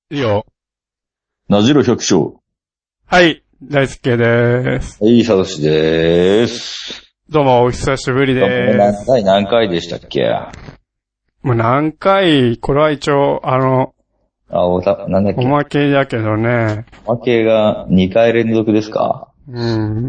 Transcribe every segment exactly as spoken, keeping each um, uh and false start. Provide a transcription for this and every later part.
いいよ。 なじろ百姓。 はい、大輔でーす。 はい、さとしでーす。 どうも、お久しぶりでーす。 第何回でしたっけ？ もう何回、これは一応、あの、 あ、おた、なんだっけ？ おまけだけどね。 おまけがにかい連続ですか？ うん。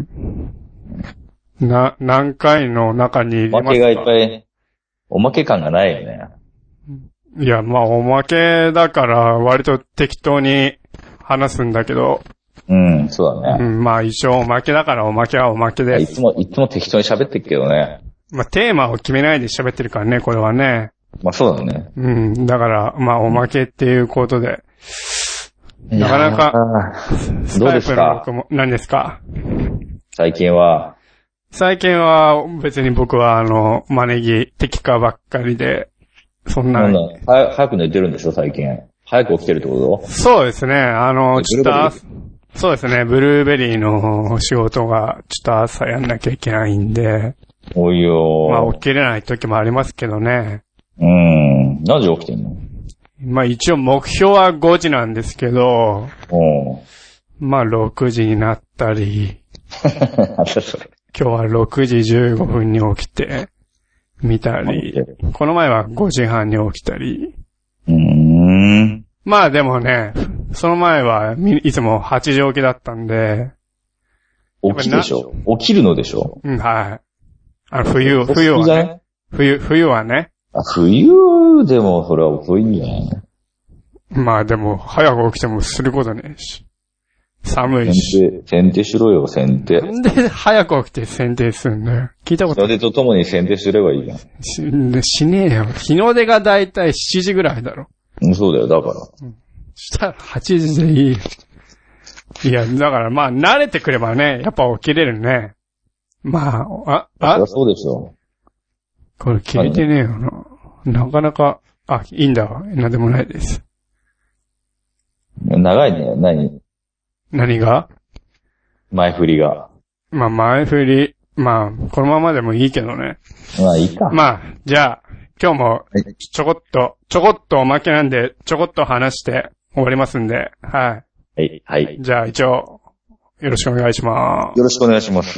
な、何回の中に入れますか？ おまけがいっぱい、おまけ感がないよね。 いや、まあ、おまけだから、割と適当に話すんだけど。 うん、そうだね。 うん、まあ、一応おまけだから、おまけはおまけです。 いつも、いつも適当に喋ってるけどね。 まあ、テーマを決めないで喋ってるからね、これはね。 まあ、そうだね。 うん、だから、まあ、おまけっていうことで。なかなか、 どうですか？ 何ですか？ 最近は。 最近は別に僕はあの、招き敵化ばっかりで、そんな。 なんだ、は早く寝てるんでしょ最近。早く起きてるってこと？ そうですね、あの、ちょっと、そうですね、ブルーベリーの仕事がちょっと朝やんなきゃいけないんで。 おいよー。まあ起きれない時もありますけどね。 うーん、何時起きてんの？ まあ一応目標はごじなんですけど、 おうまあろくじになったり、 今日はろくじじゅうごふんに起きて、見たり、この前はごじはんに起きたり。 うーん。 まあでもね、その前はいつもはちじ起きだったんで。 起きでしょ？起きるのでしょ？ うん、はい。あの、冬、冬はね。冬、冬はね。 あ、冬でもそれは遅いんじゃない？ まあでも、早く起きてもすることねえし。寒いし。 剪定、剪定しろよ、剪定。 なんで早く起きて剪定するんだよ。聞いたことない。 日の出とともに剪定すればいいじゃん。 し、しねえよ。日の出がだいたいしちじぐらいだろ。 うん、そうだよ、だから。うん。 したらはちじでいい。いや、だからまあ、慣れてくればね、やっぱ起きれるね。まあ、あ、あそうでしょ。 これ聞いてねえよな。なかなか、あ、いいんだわ。なんでもないです。 長いね、何？ 何が？ 前振りが。 まあ、前振り、まあ、このままでもいいけどね。 まあ、いいか。 まあ、じゃあ、今日も、ちょこっと、ちょこっとおまけなんで、ちょこっと話して終わりますんで、はい。 はい、はい。 じゃあ、一応、よろしくお願いします。 よろしくお願いします。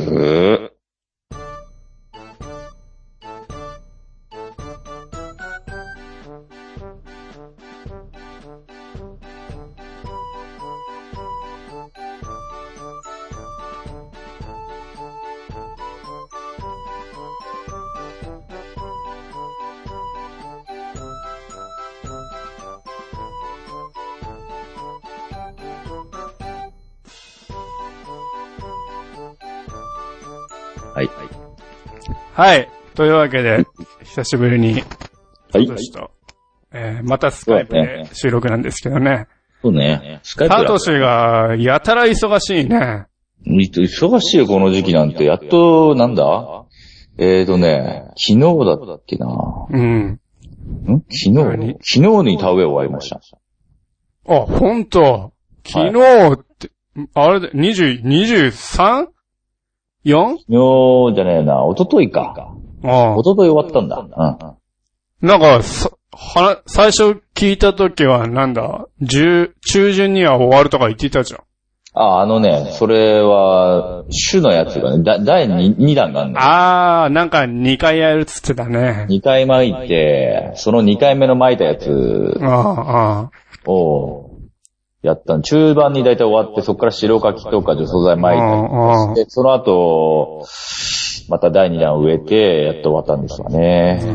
はい。 はい。というわけで、久しぶりに、 はい。 えー、またスカイプで収録なんですけどね。 そうね。 スカイプサトシが、やたら忙しいね。 忙しいよ、この時期なんて。やっと、なんだえーとね、昨日だっけな。 うん。 ん昨日昨日に田植え終わりました。 あ、ほんと。昨日って、はい、あれで、にじゅう、にじゅうさん？よん？ 昨日じゃねえな、一昨日か。 ああ。 一昨日終わったんだ。 うん。なんか、さ、は、最初聞いたときはなんだ、十、中旬には終わるとか言ってたじゃん。 ああ、あのね、それは、種のやつがね、だ、だいにだんがあるの。 ああ、なんかにかいやるっつってたね。 にかい巻いて、そのにかいめの巻いたやつを、やったの。中盤にだいたい終わって、そこから白柿とか除草剤巻いたりして、その後、まただいにだん植えて、やっと終わったんですよね。 うん、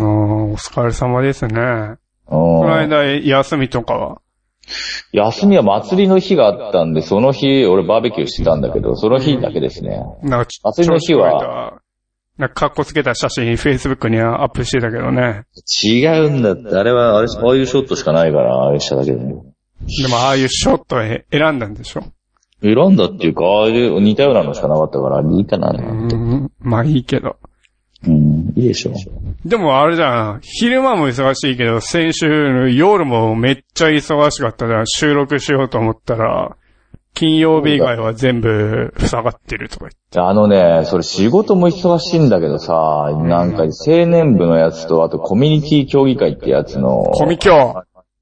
お疲れ様ですね。この間、休みとかは休みは祭りの日があったんで、その日、俺バーベキューしてたんだけど、その日だけですね。 うん、なんか祭りの日は、 なんかカッコつけた写真、Facebook にアップしてたけどね。 違うんだって、あれは、あれ、ああいうショットしかないから、あれしただけで。 でもああいうショットを選んだんでしょ？ 選んだっていうか、ああいう似たようなのしかなかったから、いいかな。 うん、まあいいけど。 うん、いいでしょ。 でもあれじゃん、昼間も忙しいけど、先週夜もめっちゃ忙しかったじゃん。収録しようと思ったら、金曜日以外は全部塞がってるとか言って。 あのね、それ仕事も忙しいんだけどさ、なんか青年部のやつと、あとコミュニティ協議会ってやつの。 コミ協。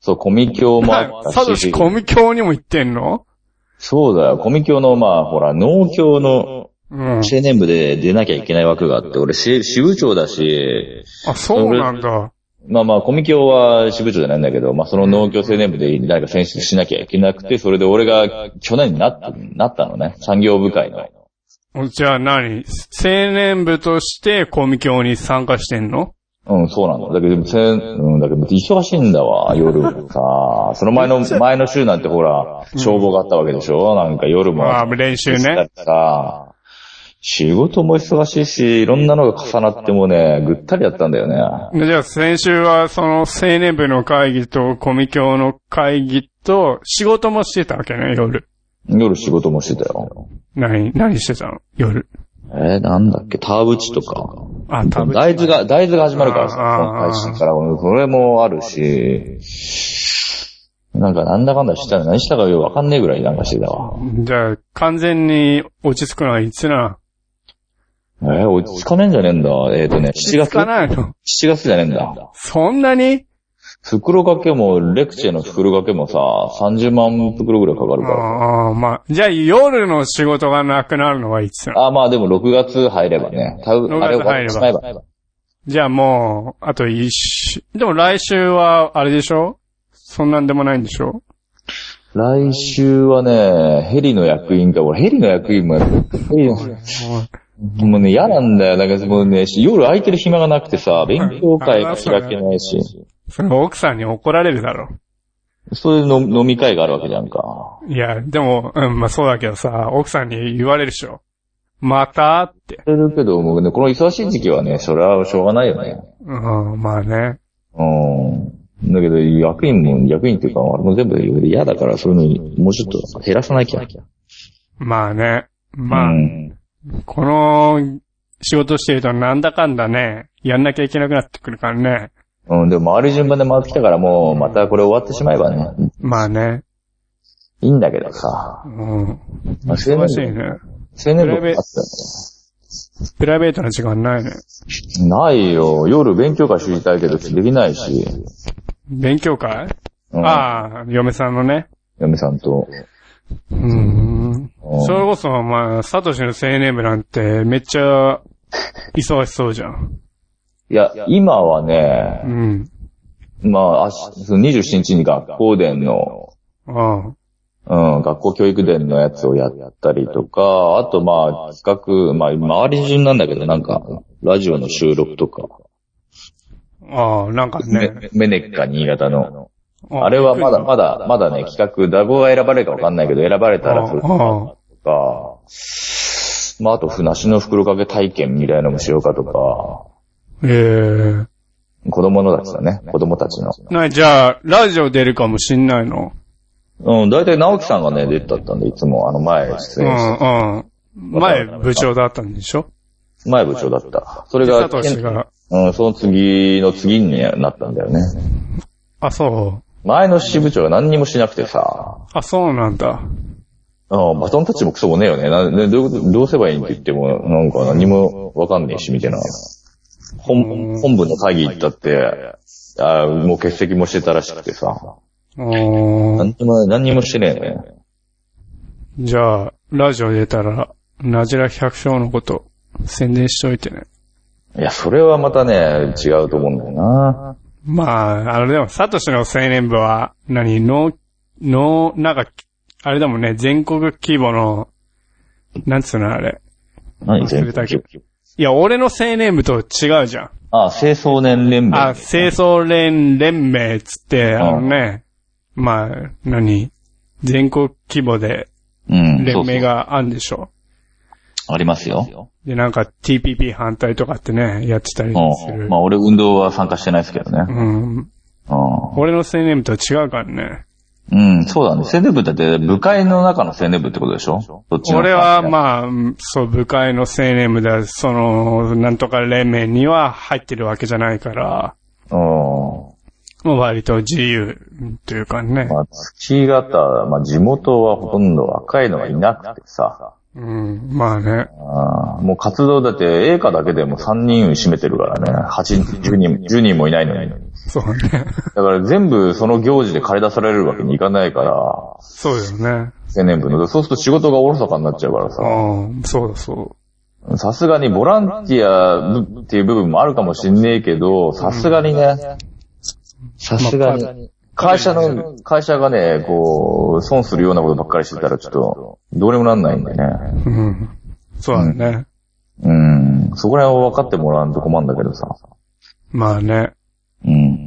そう、コミ教もあったし。 サトシコミ教にも行ってんの？ そうだよ。コミ教の、まあ、ほら、農協の青年部で出なきゃいけない枠があって、俺、支部長だし。 あ、そうなんだ。 まあまあ、コミ教は支部長じゃないんだけど、まあその農協青年部で誰か選出しなきゃいけなくて、それで俺が去年になった、なったのね。産業部会の。 じゃあ何？青年部としてコミ教に参加してんの？ うん、そうなんだ。だけど、うん、だけど、忙しいんだわ、夜さ。その前の、前の週なんてほら、消防があったわけでしょ、うん、なんか夜も。 ああ、練習ね。 仕事も忙しいし、いろんなのが重なってもね、ぐったりだったんだよね。 じゃあ先週はその青年部の会議とコミ教の会議と仕事もしてたわけね、夜。 夜仕事もしてたよ。 何、何してたの？夜。 えー、なんだっけ、ターブチとか。 あ、ターブチ。 大豆が、大豆が始まるからさ、配信から、それもあるし、なんかなんだかんだしたら何したかよくわかんねえぐらいなんかしてたわ。 じゃあ、完全に落ち着くのはいつな？ えー、落ち着かねえんじゃねえんだ。えっとね、しちがつ。落ち着かないの？しちがつじゃねえんだ。 そんなに？ 袋掛けも、レクチェの袋掛けもさ、さんじゅうまん袋ぐらいかかるから。 ああ、まあ、じゃあ夜の仕事がなくなるのはいつなの？ ああ、まあでもろくがつ入ればね。 ろくがつ入れば。じゃあもう、あと一週、でも来週は、あれでしょ？そんなんでもないんでしょ？ 来週はね、ヘリの役員か、俺ヘリの役員もやる。ヘリのもうね、嫌なんだよ。だからもうね、夜空いてる暇がなくてさ、勉強会が開けないし。 それ奥さんに怒られるだろ。 そういうの飲み会があるわけじゃんか。 いや、でも、うん、まあそうだけどさ、奥さんに言われるでしょ。またって。 言われるけど、もうね、この忙しい時期はね、それはしょうがないよね。 うん、まあね。 うん。だけど、役員も、役員っていうか、俺も全部嫌だから、そういうのもうちょっと減らさなきゃ。 まあね。まあ、 うん、 この仕事してるとなんだかんだね、やんなきゃいけなくなってくるからね。 うん、でも回る順番で回ってきたからもう、またこれ終わってしまえばね。 まあね。 いいんだけどさ。 うん。 まあ、 忙しいね。 青年部あったよね。 プライベートな時間ないね。 ないよ。夜勉強会知りたいけどできないし。 勉強会？ うん、 ああ、嫁さんのね。 嫁さんと。 うーん。それこそ、まあ、サトシの青年部なんてめっちゃ忙しそうじゃん。 いや、今はね、 うん。 まあ、あそのにじゅうしちにちに学校伝の、 ああうん、学校教育伝のやつをやったりとか、あとまあ、企画、まあ、周り順なんだけど、なんか、ラジオの収録とか。 ああ、なんかね。 メネッカ新潟の。あれはまだ、まだ、まだね、企画、ダゴが選ばれるかわかんないけど、選ばれたらそれとか、まあ、あと、ふなしの袋掛け体験みたいなのもしようかとか。 ええー。 子供のたちだね、子供たちの。 な、じゃあ、ラジオ出るかもしんないの？ うん、だいたい直樹さんがね、出たったんで、いつも、あの、前出演して。 うんうん。前部長だったんでしょ？ 前部長だった。それが、 サトシがうん、その次の次になったんだよね。 あ、そう。 前の支部長が何にもしなくてさ。 あ、そうなんだ。 ああ、バトンタッチもクソもねえよね。なでどう、どうすればいいって言っても、なんか何もわかんねえし、みたいな。本、本部の会議行ったって、あもう欠席もしてたらしくてさ。何にも、何にもしてねえね。 じゃあ、ラジオ出たら、ナジラ百姓のこと宣伝しといてね。 いや、それはまたね、違うと思うんだよな。 まあ、あのでも、サトシの青年部は、何、の、の、なんか、あれだもんね、全国規模の、なんつうのあれ。 何全国規模？ いや、俺の青年部と違うじゃん。 ああ、清掃年連盟。 あ、清掃連連盟つって、あのね、まあ、何全国規模で、連盟があるんでしょ。うん、そうそうありますよ。 で、なんか ティーピーピー 反対とかってね、やってたりする。 まあ俺運動は参加してないですけどね。 うん。俺の青年部とは違うからね。 うん、そうだね。青年部だって部会の中の青年部ってことでしょ？どっちの？ 俺はまあ、そう、部会の青年部で、その、なんとか連盟には入ってるわけじゃないから、 うん。もう割と自由というかね。 まあ、月型、まあ地元はほとんど若いのがいなくてさ。 うん、まあね。 あもう活動だって映画だけでもさんにん占めてるからね。はち、じゅうにん、じゅうにんもいないのに。 そうね。 だから全部その行事で借り出されるわけにいかないから。 そうだよね。 青年部の。そうすると仕事がおろそかになっちゃうからさ。 ああ、そうだそう。 さすがにボランティアっていう部分もあるかもしんねえけど、さすがにね、さすがに。会社の、会社がね、こう、損するようなことばっかりしてたらちょっと、どうにもなんないんでね。 うん。そうだね。 うん。そこら辺は分かってもらわんと困るんだけどさ。 まあね。 うん。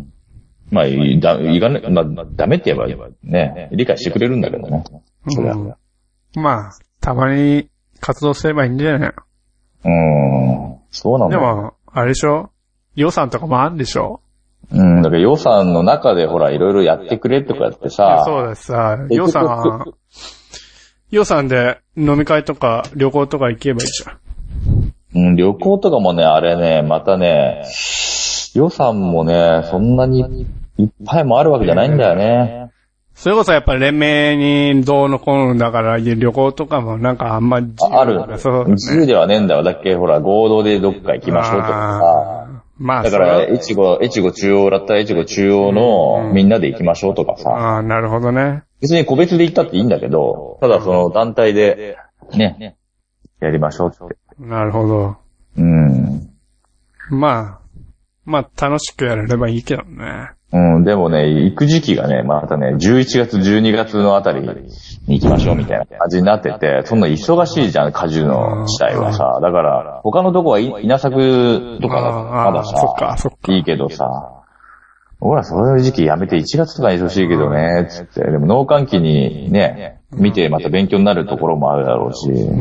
まあ、いだ、いかね、まあ、ダメって言えばね、理解してくれるんだけどね。そりゃ。 うん、まあ、たまに活動すればいいんじゃないの？うん。そうなんだ。 でも、あれでしょ？予算とかもあるんでしょ？ うん、だから予算の中でほら、いろいろやってくれとかやってさ。 そうだしさ、予算、予算で飲み会とか旅行とか行けばいいじゃん。 うん、旅行とかもね、あれね、またね、予算もね、そんなにいっぱいもあるわけじゃないんだよね。 それこそやっぱり連盟にどうのこうのだから、旅行とかもなんかあんま自由ある。そう、ね。自由ではねえんだよ。だっけ、ほら、合同でどっか行きましょうとかさ。まあ、だから、越後、越後中央だったら越後中央のみんなで行きましょうとかさ。 ああ、なるほどね。 別に個別で行ったっていいんだけど、ただその団体で、ね、やりましょうって。 なるほど。 うん。 まあ、まあ楽しくやれればいいけどね。 うん、でもね、行く時期がね、またね、じゅういちがつ、じゅうにがつのあたりに行きましょうみたいな感じになってて、そんな忙しいじゃん、果樹の自体はさ。だから、他のとこは稲作とかまださ、 そっかそっかいいけどさ、ほら、そういう時期やめていちがつとかに忙しいけどね、つって。でも農閑期にね、見てまた勉強になるところもあるだろうし。 うん、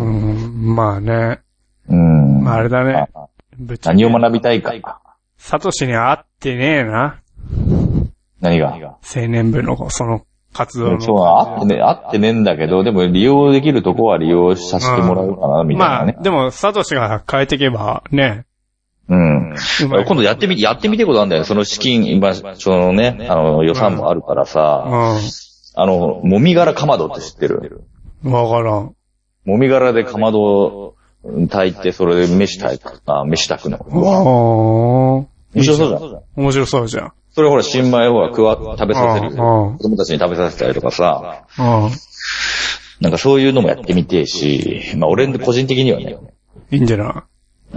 まあね。 うん。 まああれだね。 何を学びたいか。 サトシには会ってねえな。 何が？ 青年部のその活動の。 そう、会ってね、会ってねえんだけど、でも利用できるとこは利用させてもらうかな、みたいなね。 まあ、でもサトシが変えていけばね。 うん。今度やってみ、やってみてことあるんだよ。その資金、今、そのね、あの、予算もあるからさ、うん、あの、もみ殻かまどって知ってる？ わからん。 もみ殻でかまどを炊いて、それで飯炊いた、飯炊くの。 ああ。 面白そうじゃん。 面白そうじゃん。 それほら、新米を食わ、食べさせる。子供たちに食べさせたりとかさ。なんかそういうのもやってみてえし、まあ俺個人的にはね。 いいんじゃない？ うん。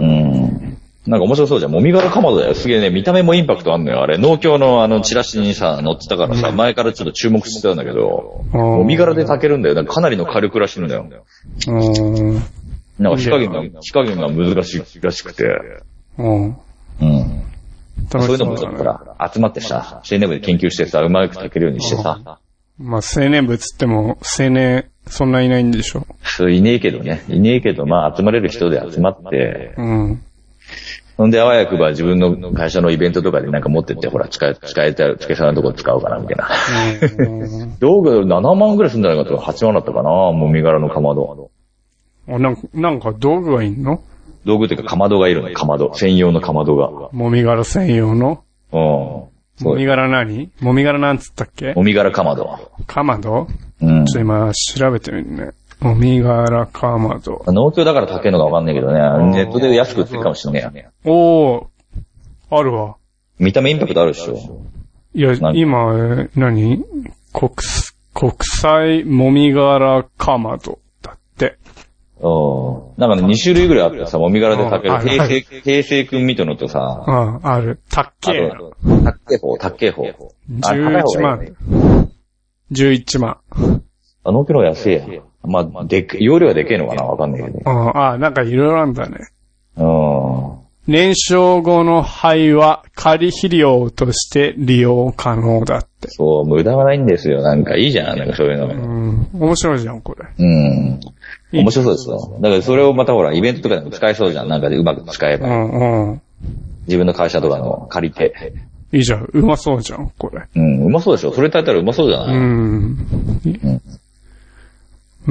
なんか面白そうじゃん。もみ殻かまどだよ。すげえね、見た目もインパクトあんのよ。あれ、農協のあの、チラシにさ、載ってたからさ、前からちょっと注目してたんだけど、もみ殻で炊けるんだよ。なんかかなりの火力らしいんだよ。うん。なんか火加減が、火加減が難しいらしくて。うん。うん。そういうのもちょっとほら、集まってさ、青年部で研究してさ、うまく炊けるようにしてさ。 まあ、青年部つっても、青年、そんないないんでしょ。 そう、いねえけどね。いねえけど、まあ、集まれる人で集まって、うん。ほんで、あわやくば自分の会社のイベントとかでなんか持ってって、ほら、使え、使えた、使えそうなとこ使おうかな、みたいな。道具ななまんぐらいすんじゃないかとか、はちまんだったかな、もみ殻のかまど。 あ、なんか、なんか道具がいんの？ 道具っていうか、かまどがいるの、かまど。専用のかまどが。 もみ殻専用の？ うん。 もみ殻何？もみ殻なんつったっけ？ もみ殻かまど。 かまど？ うん。 ちょっと今、調べてみるね。もみ殻かまど。 農協だから炊けるのかわかんないけどね。ネットで安く売ってるかもしれないよ。 おー。あるわ。 見た目インパクトあるでしょ。 いや、今、何？国、国際もみ殻かまどだって。 おなんかね、に種類ぐらいあってさ、もみ殻で炊ける。平成、平成くんみたいなのとさ。 うん、ある。たっけえな。 たっけえ方、たっけえ方。 じゅういちまん。じゅういちまん。 あ、農協の安いや。まあ、でっけ、容量はでけえのかなわかんないけど。 ああ、なんかいろいろあるんだね。 うん。 燃焼後の灰は仮肥料として利用可能だって。 そう、無駄はないんですよ。なんかいいじゃん、なんかそういうの。 うん。面白いじゃん、これ。 うん。面白そうですよ。だからそれをまたほら、イベントとかでも使えそうじゃん。なんかでうまく使えば。うんうん。自分の会社とかの借りて。 いいじゃん。うまそうじゃん、これ。 うん、うまそうでしょ。それ炊いたらうまそうじゃない？うん。 うん、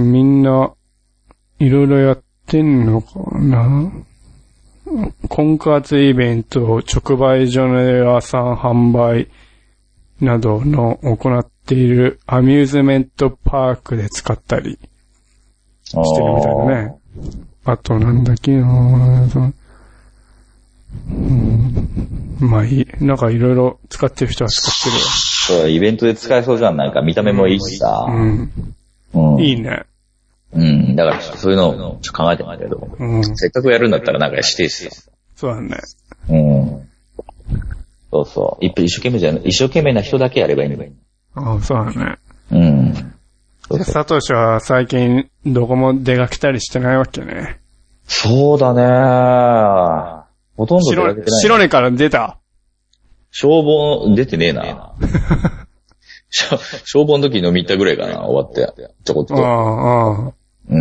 みんな、いろいろやってんのかな？婚活イベント、直売所の屋さん販売などの行っているアミューズメントパークで使ったり。 してるみたいだね。あとなんだっけな、うん、まあいい。なんかいろいろ使ってる人は使ってるわ。 そう、イベントで使えそうじゃん。なんか見た目もいいしさ。 うん。うん、いいね。 うん。だからそういうのをちょっと考えてみたけど、うん。せっかくやるんだったらなんか指定してさ。 そうだね。 うん。そうそう。一生懸命じゃない、一生懸命な人だけやればいいんだよ。 ああ、そうだね。 うん。 サトシは最近どこも出かけたりしてないわけね。 そうだね。ほとんど出かけてない。 白根から出た。 消防、出てねえな。消防の時飲み行ったぐらいかな、終わって。ちょこっと。 ああ、うん。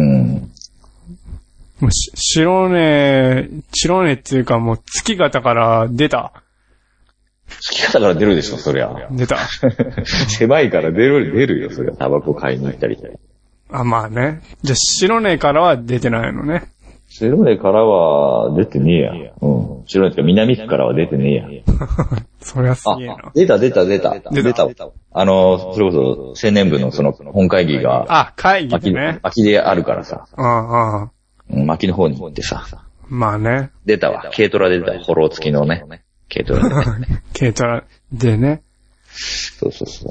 もうし、白根、白根っていうかもう月形から出た。 月形から出るでしょ、そりゃ。 出た。 狭いから出る、出るよ、そりゃ。タバコ買いに行ったりしたり。 あ、まあね。じゃあ白根からは出てないのね。 白根からは出てねえや。うん。白根ってか南区からは出てねえや。 そりゃすげえな。 出た出た出た。出た。あの、それこそ青年部のその本会議が。 あ、会議でね。 巻きであるからさ。 ああ、ああ。 巻きの方に行ってさ。 まあね。 出たわ。軽トラで出た。フォロー付きのね。軽トラでね。 軽トラでね。 そうそうそう。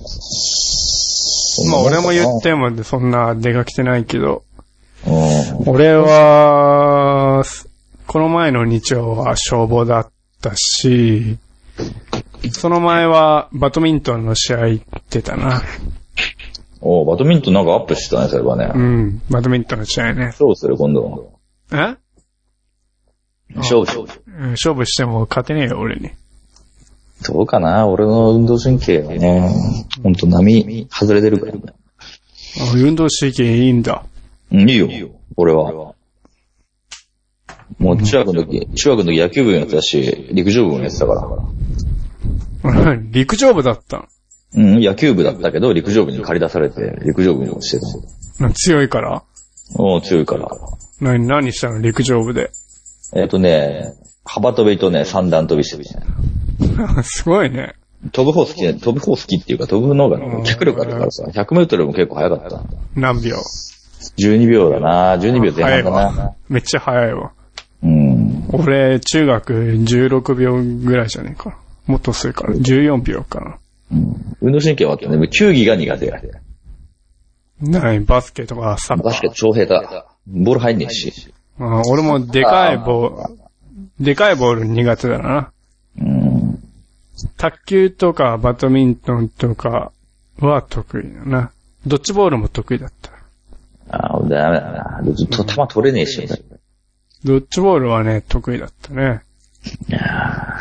まあ俺も言ってもそんな出かけてないけど。 うん、 俺は、この前の日曜は消防だったし、その前はバドミントンの試合行ってたな。 おバドミントンなんかアップしてたね、それはね。 うん、バドミントンの試合ね。 勝負する、今度。 え勝負。 勝負しても勝てねえよ、俺に。 どうかな、俺の運動神経がね、ほんと波外れてるからね。 あ、運動神経いいんだ。 うん、いいよ、俺は。もう中学の時、中学の時野球部やってたし、陸上部もやってたから。 陸上部だったうん、野球部だったけど、陸上部に借り出されて、陸上部もしてた。強いからおう、強いから。 何、何したの陸上部で。 えっとね、幅跳びとね、三段跳びしてるね。すごいね。 飛ぶ方好きね、飛ぶ方好きっていうか、飛ぶのが脚力あるからさ、ひゃくメートルも結構速かった。 何秒 ? じゅうにびょうだな。じゅうにびょう前半だな。 めっちゃ速いわ。 うん。 俺、中学じゅうろくびょうぐらいじゃねえか。もっと遅いから。じゅうよんびょうかな。 うん。運動神経はあったね。球技が苦手や。 なに、バスケとかサッカー。 バスケ超下手。ボール入んねえし。 あ、俺もでかいボール、でかいボール苦手だな。 うん。 卓球とかバドミントンとかは得意だな。ドッジボールも得意だった。 ああ、ダメだな。ずっと球取れねえし。 ドッジボールはね、得意だったね。 いや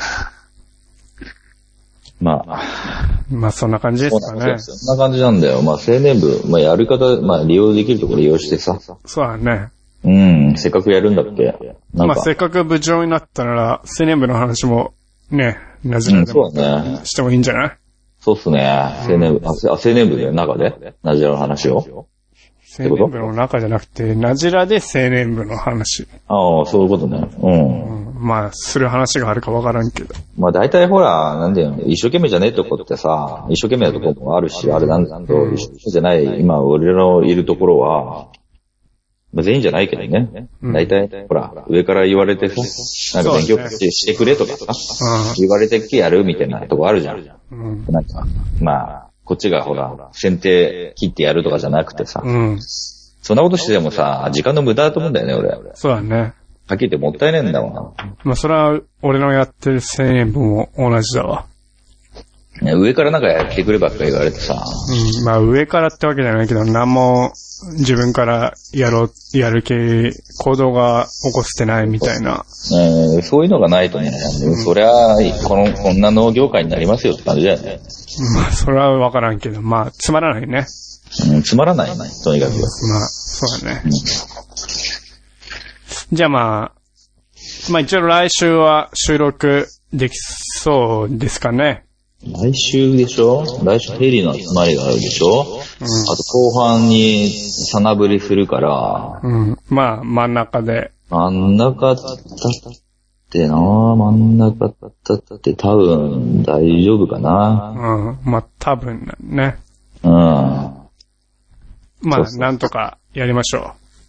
まあ。 まあそんな感じですかね。 そんな感じなんだよ。まあ青年部、まあやり方、まあ利用できるところ利用してさ。 そうだね。 うん、せっかくやるんだっけ。 なんかまあせっかく部長になったなら、青年部の話もね、なじらでもしてもいいんじゃない、 そうっすね。青年部、あ、青年部の中でなじらの話を青年部の中じゃなくて、なじらで青年部の話。 ああ、そういうことね。うん。 うん、まあ、する話があるかわからんけど。 まあ大体ほら、なんていうの、一生懸命じゃねえとこってさ、一生懸命なとこもあるし、あれなんだけど、一生懸命じゃない、今俺のいるところは、まあ全員じゃないけどね。大体、ほら、上から言われてさ、なんか勉強してくれとかさ、言われてきてやるみたいなとこあるじゃん。なんか、まあ、こっちがほら、先手切ってやるとかじゃなくてさ、うん、そんなことしてもさ、時間の無駄だと思うんだよね、俺。 そうだね。 はっきり言ってもったいないんだわ。 まあ、それは、俺のやってる青年部も同じだわ。 ね、上からなんかやってくればっか言われてさ。 うん、まあ、上からってわけじゃないけど、何も自分からやろう、やる系、行動が起こしてないみたいな。 えー、そういうのがないとね、うん、そりゃ、この、こんな農業界になりますよって感じだよね。 まあ、それはわからんけど、まあ、つまらないね。 うん、つまらないね、とにかく。 まあ、そうだね。うん、じゃあまあ、まあ一応来週は収録できそうですかね。 来週でしょ？来週ヘリの集まりがあるでしょ？うん、あと後半にさなぶりするから。 うん。まあ、真ん中で。 真ん中だってな真ん中だって多分大丈夫かな。 うん。まあ、多分ね。 うん。 まあ、なんとかやりましょう。うん。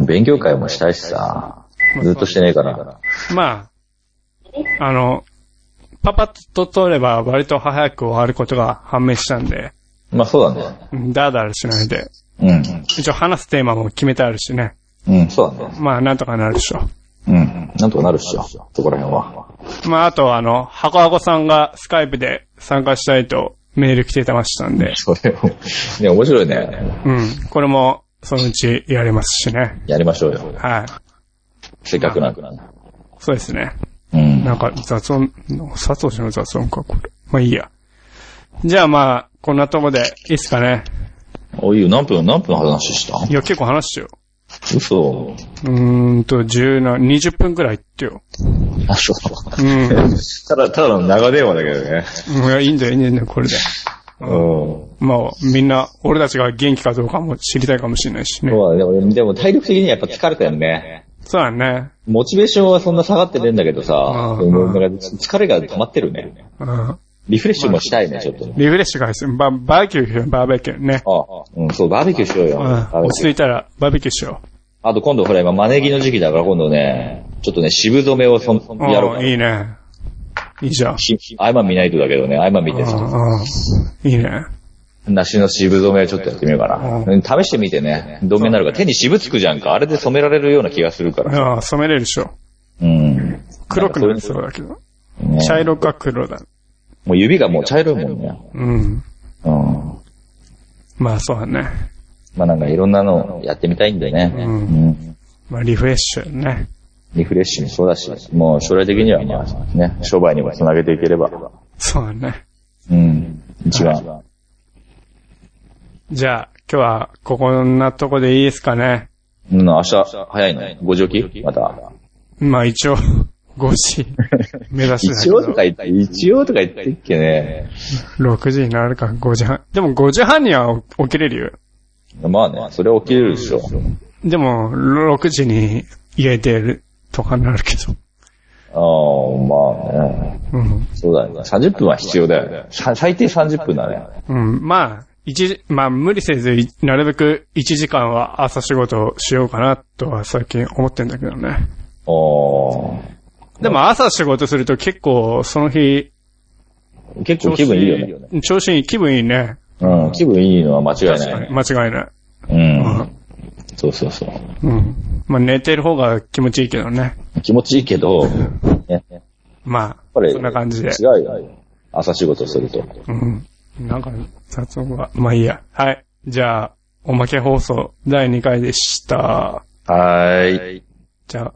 勉強会もしたいしさ、ずっとしてねえから。 まあ、あの、パパッと取れば割と早く終わることが判明したんで。 まあそうだね。 だらだらしないで。 うん。 一応話すテーマも決めてあるしね。 うん、そうだね。 まあなんとかなるでしょ。 うん、なんとかなるっしょ、そこら辺は。 まああとあの、箱箱さんがスカイプで参加したいとメール来てましたんで。 それも、ね、面白いね。 うん。これも、そのうちやれますしね。 やりましょうよ。 はい。 せっかくなんだ。そうですね。 うん。 なんか雑音、佐藤氏の雑音か、これ。まあいいや。じゃあまあ、こんなとこでいいっすかね。 お、いいよ。何分、何分話した？ いや、結構話してよ。 嘘。 うーんと、十な、二十分くらいってよ。 あ、そう。 うん。 ただ、ただの長電話だけどね。 いや、いいんだよ、いいんだよ、これで。 うん。 まあ、みんな、俺たちが元気かどうかも知りたいかもしれないしね。 そうだね。でも、でも体力的にはやっぱ疲れたよね。 そうだね。 モチベーションはそんな下がってねえんだけどさ、うん、なんか疲れが溜まってるね。 うん。 リフレッシュもしたいね、ちょっと。 リフレッシュが必要。バ、バーベキューしよう、バーベキューね。 ああ、うん、そう、バーベキューしようよ。 うん。落ち着いたら、バーベキューしよう。 あと今度ほら今、マネギの時期だから今度ね、ちょっとね、渋染めをそんやろうか。 いいね。いいじゃん。 アイマン見ないとだけどね、アイマン見てさ。 いいね。 梨の渋染めをちょっとやってみようかな。試してみてね、どんめになるか。手に渋つくじゃんか。あれで染められるような気がするから。 ああ、染めれるでしょ。 うん。 黒くなりそうだけど。ね、茶色か黒だ。 もう指がもう茶色いもんね。 うん。 うん。 まあそうだね。 まあなんかいろんなのやってみたいんだよね。 うん。うん、まあリフレッシュね。 リフレッシュもそうだし、もう将来的にはまあね、商売にもつなげていければ。 そうだね。 うん。一番。 じゃあ、今日はここんなとこでいいですかね。 うん、明日早いの？ごじ起き？また。 まあ一応、ごじ目指して一応とか言って、一応とか言ってっけね。 ろくじになるか、ごじはん。でもごじはんには起きれるよ。まあね、それは起きれるでしょ。 でも、ろくじに家出るとかになるけど。 ああ、まあね。うん。そうだね。さんじゅっぷんは必要だよね。最低さんじゅっぷんだね。 うん、まあ、一、まあ無理せず、なるべくいちじかんは朝仕事をしようかなとは最近思ってんだけどね。ああ。でも朝仕事すると結構その日、 結構気分いいよね。 調子いい、気分いいね。 うん、気分いいのは間違いない、ね。 間違いない。 うん。うん、そうそうそう。 うん。まあ寝てる方が気持ちいいけどね。 気持ちいいけど、ね、 まあ、そんな感じで。 違うよ。朝仕事すると。 うん。なんか、雑音が、まあいいや。はい。じゃあ、おまけ放送だいにかいでした。 はーい。 じゃあ。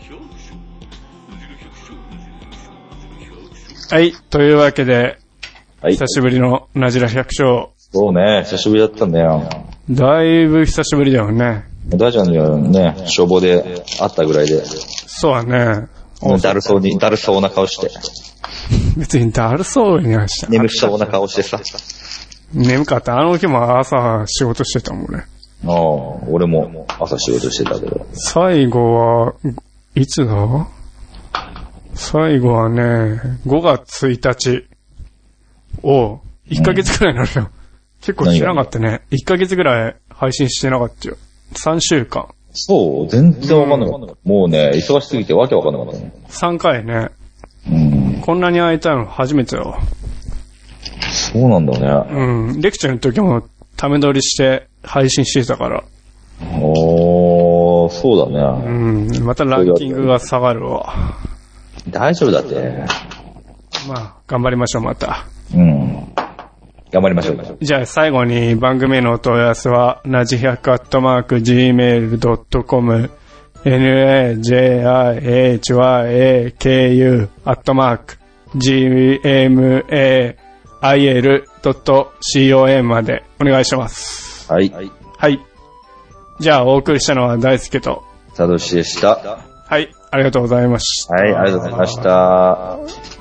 はい。というわけで、はい、久しぶりのなじら百姓。 そうね、久しぶりだったんだよ。 だいぶ久しぶりだよね。 大ちゃんにはね、消防で会ったぐらいで。 そうだね。 だるそうに、だるそうな顔して。 別にだるそうにはした。 眠そうな顔してさ。 眠かった。あの日も朝仕事してたもんね。 ああ、俺も朝仕事してたけど。 最後は、いつだ？最後はね、ごがつついたちを、いっかげつくらいになるよ。うん、結構知らなかったね。いっかげつくらい配信してなかったよ。さんしゅうかん。 そう、全然わかんなかった。うん、もうね、忙しすぎてわけわかんなかったね。 さんかいね。 うん。 こんなに会えたの初めてだわ。 そうなんだね。 うん。レクチャーの時もため撮りして配信してたから。 おー、そうだね。 うん。またランキングが下がるわ。 大丈夫だって。 まあ、頑張りましょう、また。 うん。頑張りましょう。 じゃあ最後に番組のお問い合わせは、なじひゃくアットマーク ジーメールドットコム、ナジャク アットマーク ジーエムエーアイエルドットコム までお願いします。 はい。 はい。じゃあお送りしたのは大輔と、 佐藤でした。 はい、ありがとうございました。 はい、ありがとうございました。